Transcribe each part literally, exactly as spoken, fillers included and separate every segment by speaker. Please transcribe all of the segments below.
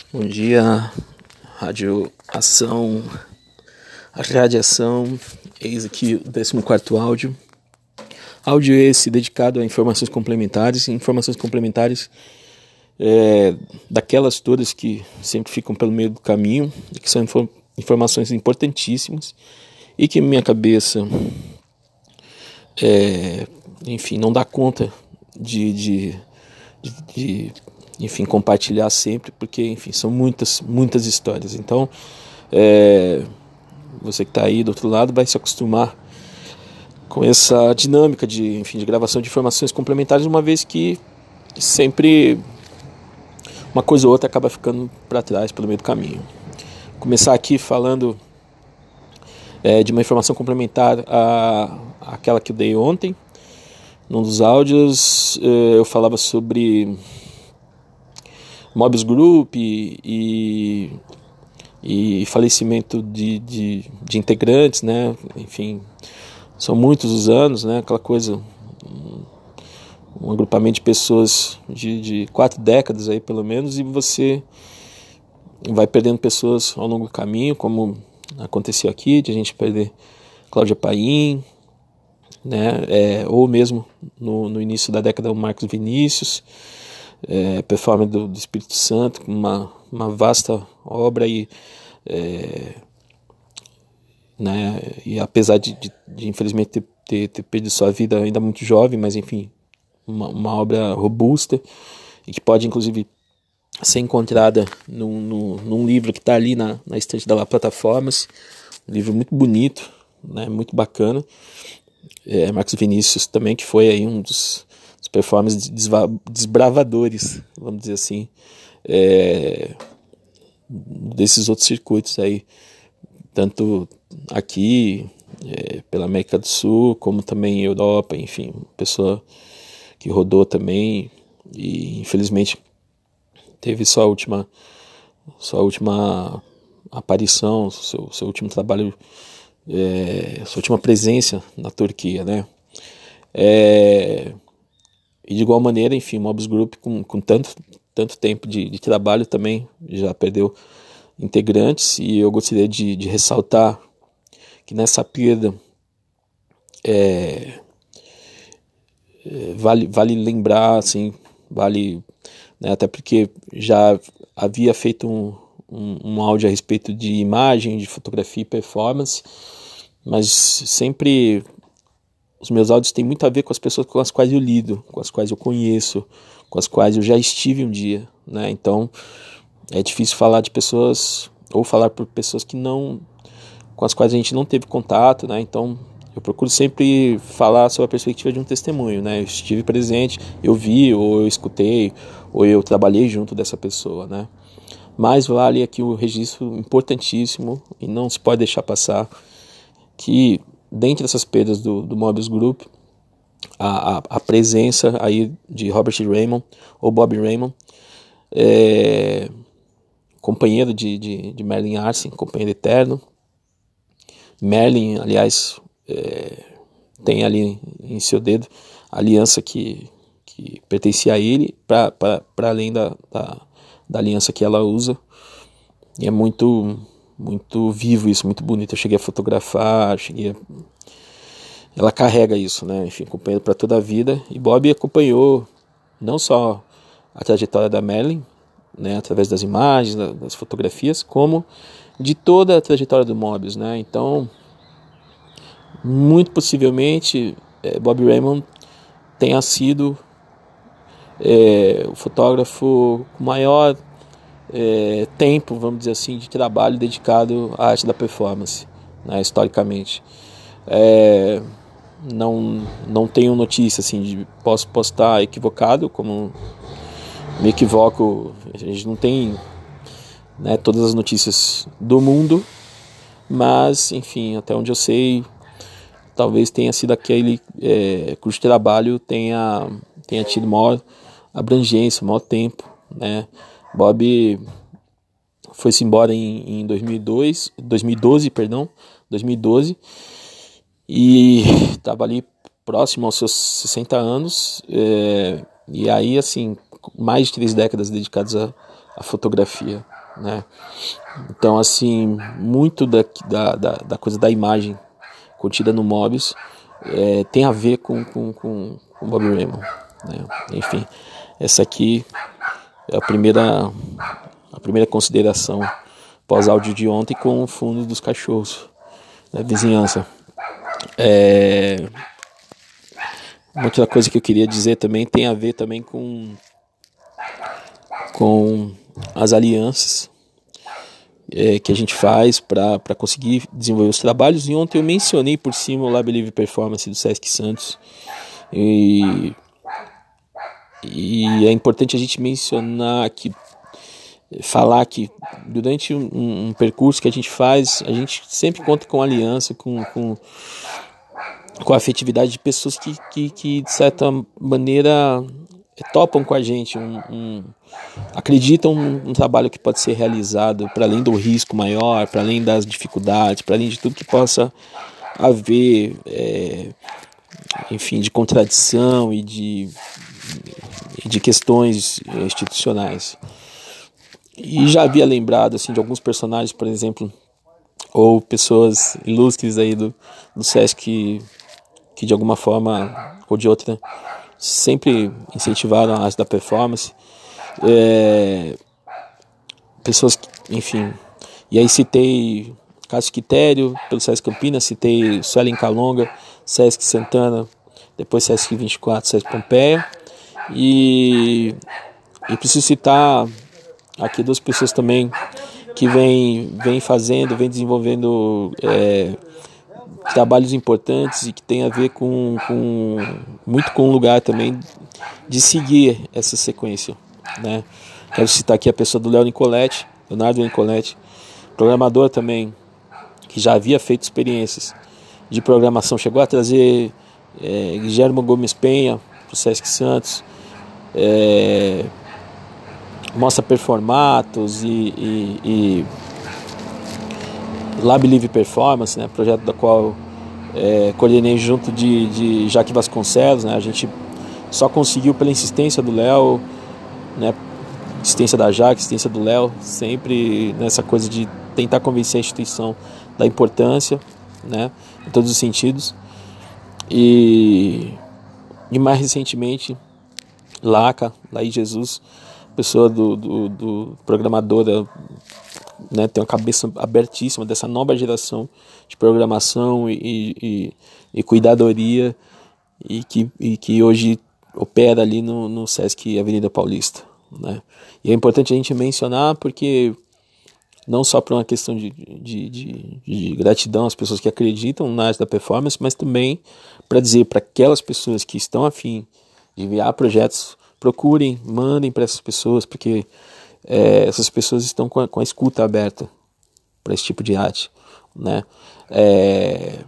Speaker 1: Bom dia, radioação, radiação, eis aqui o décimo quarto áudio. Áudio esse dedicado a informações complementares, informações complementares é, daquelas todas que sempre ficam pelo meio do caminho, que são infor- informações importantíssimas e que minha cabeça, é, enfim, não dá conta de, de, de, de enfim, compartilhar sempre, porque, enfim, são muitas, muitas histórias. Então, é, você que está aí do outro lado vai se acostumar com essa dinâmica de, enfim, de gravação de informações complementares, uma vez que sempre uma coisa ou outra acaba ficando para trás, pelo meio do caminho. Vou começar aqui falando é, de uma informação complementar à, àquela que eu dei ontem. Num dos áudios é, eu falava sobre Mobius Group e, e, e falecimento de, de, de integrantes, né? Enfim, são muitos os anos, né? Aquela coisa, um, um agrupamento de pessoas de, de quatro décadas aí pelo menos, e você vai perdendo pessoas ao longo do caminho, como aconteceu aqui, de a gente perder Cláudia Paim, né? É, ou mesmo no, no início da década o Marcos Vinícius, É, performance do, do Espírito Santo, uma, uma vasta obra e, é, né, e apesar de, de, de infelizmente ter, ter, ter perdido sua vida ainda muito jovem, mas enfim, uma, uma obra robusta e que pode inclusive ser encontrada num, num, num livro que está ali na, na estante da Plataformas, um livro muito bonito, né, muito bacana. é, Marcos Vinícius também, que foi aí um dos os performances desbravadores, vamos dizer assim, é, desses outros circuitos aí, tanto aqui, é, pela América do Sul, como também Europa, enfim, pessoa que rodou também e infelizmente teve sua última, sua última aparição, seu, seu último trabalho, é, sua última presença na Turquia, né? É, E de igual maneira, enfim, o Mobius Group com, com tanto, tanto tempo de, de trabalho também já perdeu integrantes, e eu gostaria de, de ressaltar que nessa perda é, é, vale, vale lembrar, assim, vale, né, até porque já havia feito um, um, um áudio a respeito de imagem, de fotografia e performance, mas sempre os meus áudios têm muito a ver com as pessoas com as quais eu lido, com as quais eu conheço, com as quais eu já estive um dia, né? Então é difícil falar de pessoas ou falar por pessoas que não, com as quais a gente não teve contato, né? Então eu procuro sempre falar sobre a perspectiva de um testemunho, né? Eu estive presente, eu vi, ou eu escutei, ou eu trabalhei junto dessa pessoa, né? Mas vale aqui o registro importantíssimo e não se pode deixar passar que dentre essas perdas do, do Mobius Group, a, a, a presença aí de Robert Raymond, ou Bob Raymond, é, companheiro de, de, de Merlin Arsen, companheiro eterno. Merlin, aliás, é, tem ali em seu dedo a aliança que, que pertencia a ele, para além da, da, da aliança que ela usa. E é muito... muito vivo isso, muito bonito. Eu cheguei a fotografar, cheguei a... ela carrega isso, né? Enfim, acompanhando para toda a vida. E Bob acompanhou não só a trajetória da Merlin, né, através das imagens, das fotografias, como de toda a trajetória do Mobius, né? Então, muito possivelmente, é, Bob Raymond tenha sido é, o fotógrafo com maior É, tempo, vamos dizer assim, de trabalho dedicado à arte da performance, né, historicamente. É, não, não tenho notícia, assim, de, posso postar equivocado, como me equivoco, a gente não tem, né, todas as notícias do mundo, mas, enfim, até onde eu sei, talvez tenha sido aquele é, cujo trabalho tenha, tenha tido maior abrangência, maior tempo, né. Bob foi-se embora em, em dois mil e dois, dois mil e doze, perdão, dois mil e doze, e estava ali próximo aos seus sessenta anos, é, e aí, assim, mais de três décadas dedicadas à, à fotografia. né? Então, assim, muito da, da, da, da coisa da imagem contida no Mobius é, tem a ver com, com, com, com Bobby Raymond, né? Enfim, essa aqui é a primeira, a primeira consideração pós-áudio de ontem com o fundo dos cachorros da vizinhança. É, uma outra coisa que eu queria dizer também tem a ver também com, com as alianças é, que a gente faz para conseguir desenvolver os trabalhos. E ontem eu mencionei por cima o Lab Livre Performance do Sesc Santos. E, e é importante a gente mencionar que, falar que durante um, um percurso que a gente faz, a gente sempre conta com aliança, com, com, com a afetividade de pessoas que, que, que de certa maneira topam com a gente, um, um, acreditam num um trabalho que pode ser realizado para além do risco maior, para além das dificuldades, para além de tudo que possa haver, é, enfim, de contradição e de, de questões institucionais. E já havia lembrado assim, de alguns personagens, por exemplo, ou pessoas ilustres aí do, do Sesc que, que de alguma forma ou de outra sempre incentivaram a arte da performance, é, pessoas que, enfim, e aí citei Cássio Quitério pelo Sesc Campinas, citei Suelen Calonga, Sesc Santana, depois Sesc vinte e quatro, Sesc Pompeia, e, e preciso citar aqui duas pessoas também que vêm vem fazendo, vêm desenvolvendo é, trabalhos importantes e que tem a ver com, com muito com o lugar também de seguir essa sequência, né? Quero citar aqui a pessoa do Léo Nicoletti, Leonardo Nicoletti, programador também, que já havia feito experiências de programação, chegou a trazer é, Guilherme Gomes Penha para o Sesc Santos, é, mostra performatos e, e, e Lab Livre Performance, né, projeto da qual é, coordenei junto de, de Jaque Vasconcelos, né, a gente só conseguiu pela insistência do Léo, né, insistência da Jaque, insistência do Léo, sempre nessa coisa de tentar convencer a instituição da importância, né, em todos os sentidos. E, e mais recentemente, Laca, Laí Jesus, pessoa do, do, do programadora, né, tem uma cabeça abertíssima dessa nova geração de programação e, e, e cuidadoria e que, e que hoje opera ali no, no Sesc Avenida Paulista, né? E é importante a gente mencionar porque não só por uma questão de, de, de, de gratidão às pessoas que acreditam na arte da performance, mas também para dizer para aquelas pessoas que estão a fim de enviar projetos, procurem, mandem para essas pessoas, porque é, essas pessoas estão com a, com a escuta aberta para esse tipo de arte, né? É,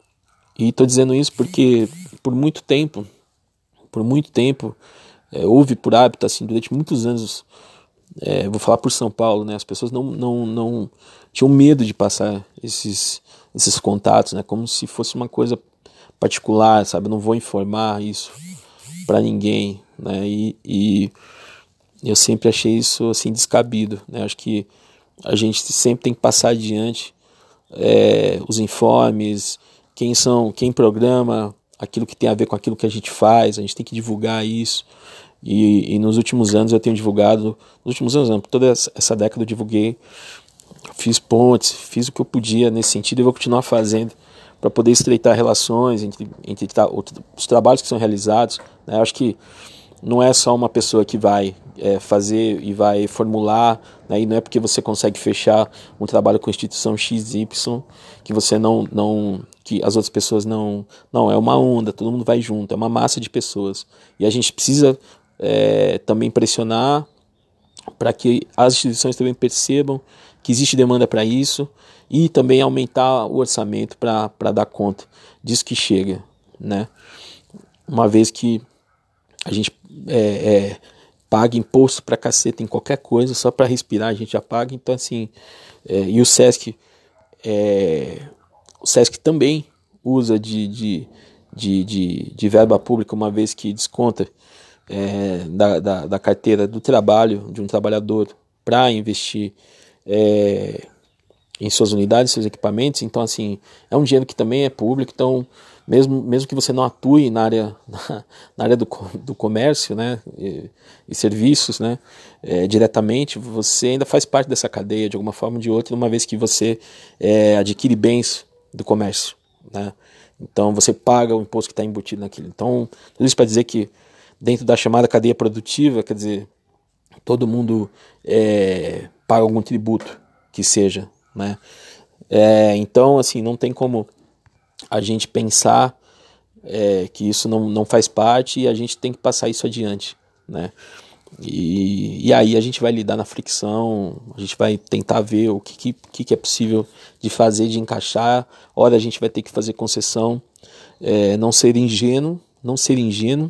Speaker 1: e estou dizendo isso porque por muito tempo, por muito tempo, é, houve por hábito, assim, durante muitos anos, é, vou falar por São Paulo, né? As pessoas não, não, não tinham medo de passar esses, esses contatos, né? Como se fosse uma coisa particular, sabe? Eu não vou informar isso para ninguém, né? E, e eu sempre achei isso assim descabido, né? Acho que a gente sempre tem que passar adiante é, os informes, quem são, quem programa aquilo que tem a ver com aquilo que a gente faz, a gente tem que divulgar isso. E, e nos últimos anos eu tenho divulgado, nos últimos anos não, toda essa década eu divulguei, fiz pontes, fiz o que eu podia nesse sentido e vou continuar fazendo para poder estreitar relações entre, entre os trabalhos que são realizados, né? Eu acho que não é só uma pessoa que vai é, fazer e vai formular, né? E não é porque você consegue fechar um trabalho com a instituição X Y que você não, não, que as outras pessoas não, não, é uma onda, todo mundo vai junto, é uma massa de pessoas e a gente precisa é, também pressionar para que as instituições também percebam que existe demanda para isso e também aumentar o orçamento para dar conta disso que chega, né? Uma vez que a gente é, é, paga imposto pra caceta em qualquer coisa, só para respirar a gente já paga, então assim, é, e o Sesc, é, o Sesc também usa de, de, de, de, de verba pública, uma vez que desconta é, da, da, da carteira do trabalho de um trabalhador para investir é, em suas unidades, seus equipamentos. Então, assim, é um dinheiro que também é público. Então, mesmo, mesmo que você não atue na área, na, na área do, do comércio, né, e, e serviços, né, é, diretamente, você ainda faz parte dessa cadeia de alguma forma ou de outra, uma vez que você é, adquire bens do comércio, né. Então você paga o imposto que está embutido naquilo. Então, tudo isso para dizer que dentro da chamada cadeia produtiva, quer dizer, todo mundo é, paga algum tributo que seja, né? É, então, assim, não tem como a gente pensar é, que isso não, não faz parte, e a gente tem que passar isso adiante, né? E, e aí a gente vai lidar na fricção, a gente vai tentar ver o que, que, que é possível de fazer, de encaixar. Ora a gente vai ter que fazer concessão, é, não ser ingênuo, não ser ingênuo,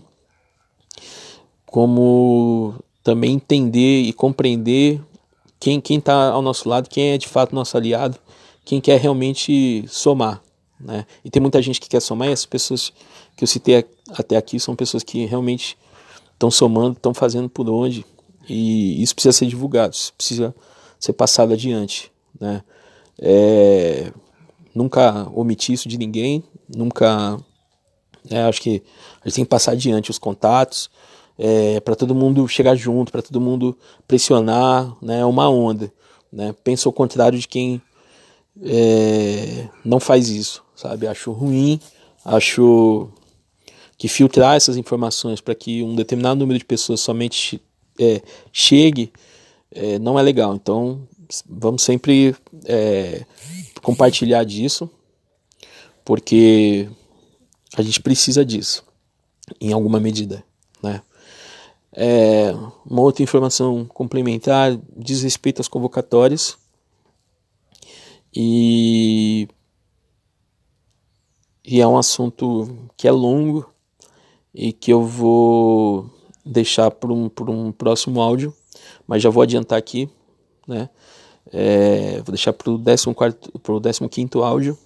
Speaker 1: como também entender e compreender quem quem está ao nosso lado, quem é de fato nosso aliado, quem quer realmente somar, né? E tem muita gente que quer somar, e essas pessoas que eu citei até aqui são pessoas que realmente estão somando, estão fazendo por onde, e isso precisa ser divulgado, isso precisa ser passado adiante, né? É, nunca omitir isso de ninguém, nunca, né, acho que a gente tem que passar adiante os contatos, é, para todo mundo chegar junto, para todo mundo pressionar, né, uma onda, né? Pensa ao contrário de quem é, não faz isso, sabe? Acho ruim, acho que filtrar essas informações para que um determinado número de pessoas somente é, chegue é, não é legal. Então vamos sempre é, compartilhar disso, porque a gente precisa disso em alguma medida, né? É, uma outra informação complementar diz respeito às convocatórias, e, e é um assunto que é longo e que eu vou deixar para um, por um próximo áudio, mas já vou adiantar aqui, né? É, vou deixar para o décimo quarto, para o décimo quinto áudio,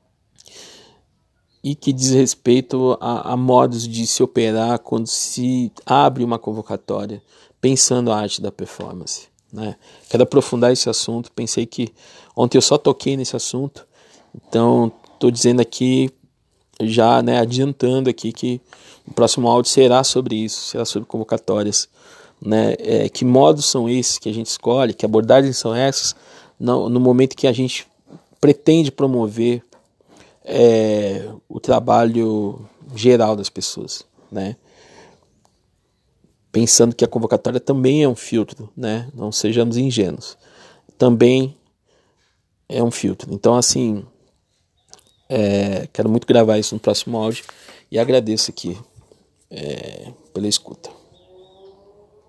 Speaker 1: e que diz respeito a, a modos de se operar quando se abre uma convocatória, pensando a arte da performance, né? Quero aprofundar esse assunto. Pensei que ontem eu só toquei nesse assunto, então estou dizendo aqui, já, né, adiantando aqui, que o próximo áudio será sobre isso, será sobre convocatórias, né? É, que modos são esses que a gente escolhe, que abordagens são essas, no, no momento que a gente pretende promover é, o trabalho geral das pessoas, né? Pensando que a convocatória também é um filtro, né? Não sejamos ingênuos, também é um filtro. Então, assim, é, quero muito gravar isso no próximo áudio, e agradeço aqui é, pela escuta.